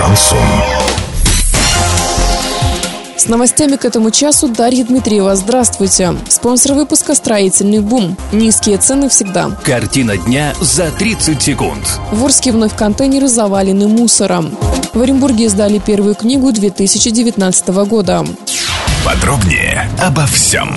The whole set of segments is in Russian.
Шансон. С новостями к этому часу Дарья Дмитриева. Здравствуйте. Спонсор выпуска «Строительный бум». Низкие цены всегда. Картина дня за 30 секунд. В Орске вновь контейнеры завалены мусором. В Оренбурге издали первую книгу 2019 года. Подробнее обо всем.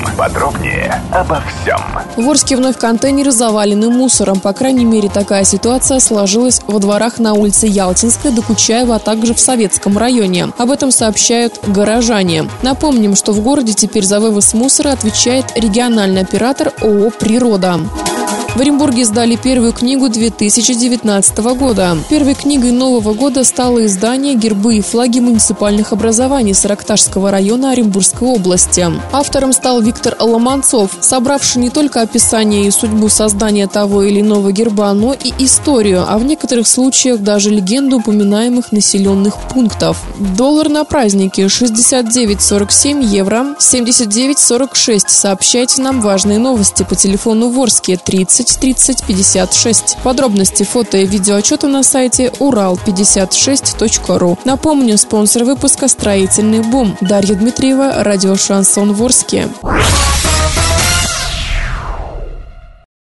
В Орске вновь контейнеры завалены мусором. По крайней мере, такая ситуация сложилась во дворах на улице Ялтинской, Докучаева, а также в Советском районе. Об этом сообщают горожане. Напомним, что в городе теперь за вывоз мусора отвечает региональный оператор ООО «Природа». В Оренбурге издали первую книгу 2019 года. Первой книгой нового года стало издание «Гербы и флаги муниципальных образований Сарыкташского района Оренбургской области». Автором стал Виктор Ломанцов, собравший не только описание и судьбу создания того или иного герба, но и историю, а в некоторых случаях даже легенду упоминаемых населенных пунктов. Доллар на праздники 69,47, евро 79,46. Сообщайте нам важные новости по телефону в Орске 30 30 56. Подробности, фото и видеоотчеты на сайте ural56.ru. Напомню, спонсор выпуска «Строительный бум». Дарья Дмитриева, радио «Шансон» в Орске.